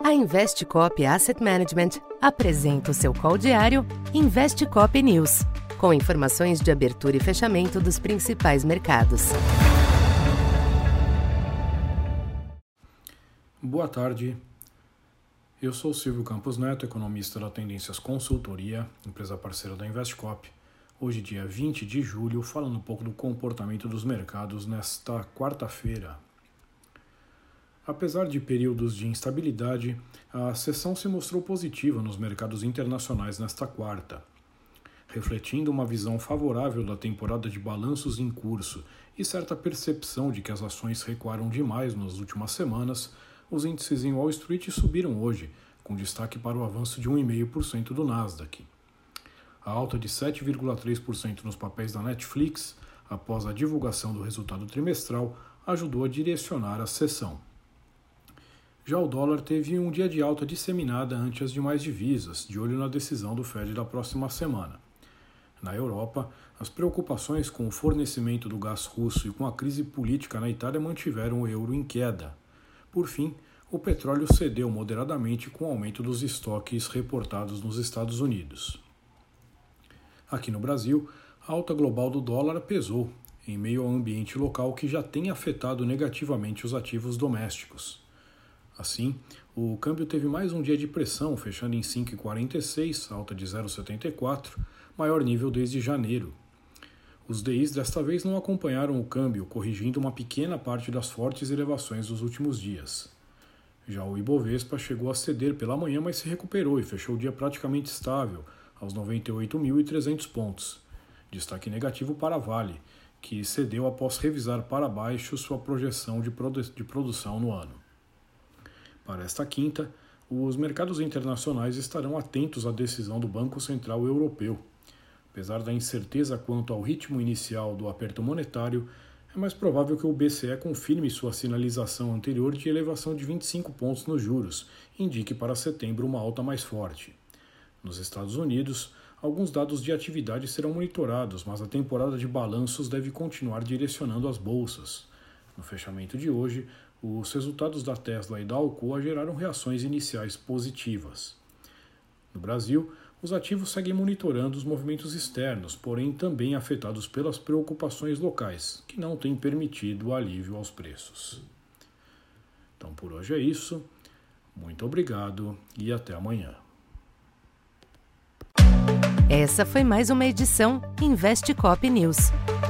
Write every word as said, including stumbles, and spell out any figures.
A Investcop Asset Management apresenta o seu call diário Investcop News, com informações de abertura e fechamento dos principais mercados. Boa tarde, eu sou Silvio Campos Neto, economista da Tendências Consultoria, empresa parceira da Investcop. Hoje, dia vinte de julho, falando um pouco do comportamento dos mercados nesta quarta-feira. Apesar de períodos de instabilidade, a sessão se mostrou positiva nos mercados internacionais nesta quarta, refletindo uma visão favorável da temporada de balanços em curso e certa percepção de que as ações recuaram demais nas últimas semanas. Os índices em Wall Street subiram hoje, com destaque para o avanço de um vírgula cinco por cento do Nasdaq. A alta de sete vírgula três por cento nos papéis da Netflix, após a divulgação do resultado trimestral, ajudou a direcionar a sessão. Já o dólar teve um dia de alta disseminada ante as demais divisas, de olho na decisão do Fed da próxima semana. Na Europa, as preocupações com o fornecimento do gás russo e com a crise política na Itália mantiveram o euro em queda. Por fim, o petróleo cedeu moderadamente com o aumento dos estoques reportados nos Estados Unidos. Aqui no Brasil, a alta global do dólar pesou, em meio ao ambiente local que já tem afetado negativamente os ativos domésticos. Assim, o câmbio teve mais um dia de pressão, fechando em cinco vírgula quarenta e seis, alta de zero vírgula setenta e quatro, maior nível desde janeiro. Os D Is desta vez não acompanharam o câmbio, corrigindo uma pequena parte das fortes elevações dos últimos dias. Já o Ibovespa chegou a ceder pela manhã, mas se recuperou e fechou o dia praticamente estável, aos noventa e oito mil e trezentos pontos. Destaque negativo para a Vale, que cedeu após revisar para baixo sua projeção de, produ- de produção no ano. Para esta quinta, os mercados internacionais estarão atentos à decisão do Banco Central Europeu. Apesar da incerteza quanto ao ritmo inicial do aperto monetário, é mais provável que o B C E confirme sua sinalização anterior de elevação de vinte e cinco pontos nos juros e indique para setembro uma alta mais forte. Nos Estados Unidos, alguns dados de atividade serão monitorados, mas a temporada de balanços deve continuar direcionando as bolsas. No fechamento de hoje, os resultados da Tesla e da Alcoa geraram reações iniciais positivas. No Brasil, os ativos seguem monitorando os movimentos externos, porém também afetados pelas preocupações locais, que não têm permitido o alívio aos preços. Então por hoje é isso. Muito obrigado e até amanhã. Essa foi mais uma edição Investcop News.